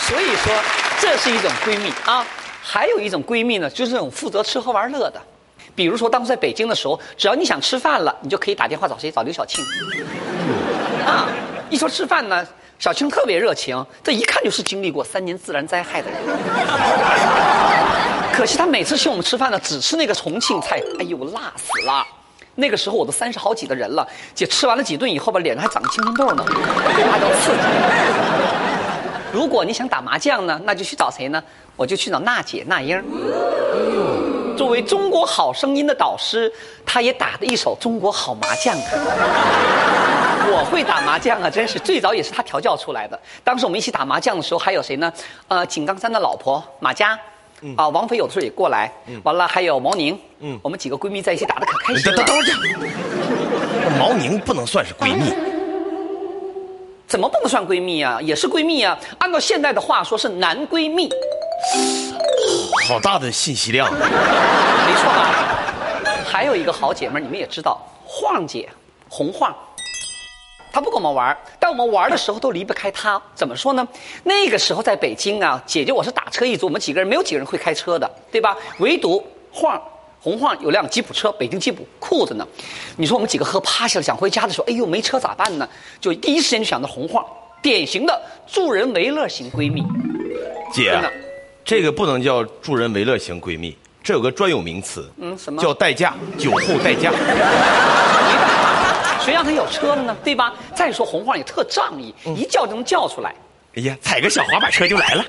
所以说，这是一种闺蜜啊。还有一种闺蜜呢，就是这种负责吃喝玩乐的。比如说，当时在北京的时候，只要你想吃饭了，你就可以打电话找谁？找刘晓庆。啊，一说吃饭呢，小庆特别热情，这一看就是经历过3年自然灾害的人。可惜他每次请我们吃饭呢，只吃那个重庆菜，哎呦，辣死了。那个时候我都30好几的人了，姐吃完了几顿以后吧，脸上还长青春痘呢，对辣椒刺激。如果你想打麻将呢，那就去找谁呢？我就去找娜姐那英。作为中国好声音的导师，她也打的一手中国好麻将。我会打麻将啊，真是最早也是她调教出来的。当时我们一起打麻将的时候，还有谁呢？井冈山的老婆马佳。王菲有的时候也过来，完了还有毛宁，我们几个闺蜜在一起打得可开心了。 等会儿，毛宁不能算是闺蜜， 怎么不能算闺蜜啊？也是闺蜜啊，按照现在的话说是男闺蜜。 好大的信息量， 没错吧？还有一个好姐妹，你们也知道，晃姐，红晃。她不跟我们玩，但我们玩的时候都离不开她。怎么说呢？那个时候在北京啊，姐姐我是打车一族，我们几个人没有几个人会开车的，对吧？唯独红晃有辆吉普车，北京吉普酷着呢。你说我们几个喝趴下了，想回家的时候，哎呦没车咋办呢？就第一时间就想到红晃，典型的助人为乐型闺蜜。 姐，这个不能叫助人为乐型闺蜜，这有个专有名词， 什么？ 叫代驾，酒后代驾。 谁让他有车了呢？对吧？再说红晃也特仗义，一叫就能叫出来。 哎呀，踩个小滑板车就来了。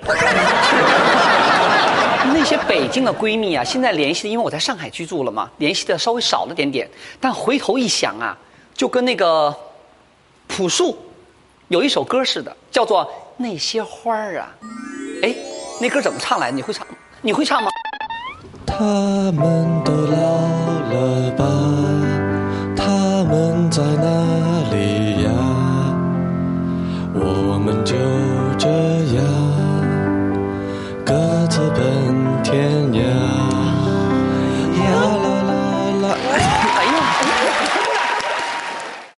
那些北京的闺蜜啊，现在联系的，因为我在上海居住了嘛，联系的稍微少了点点。但回头一想啊，就跟那个朴树有一首歌似的，叫做《那些花儿》啊。哎，那歌怎么唱来？你会唱？你会唱吗？ 他们都老了吧？他们在哪里呀？我们就这样各自奔天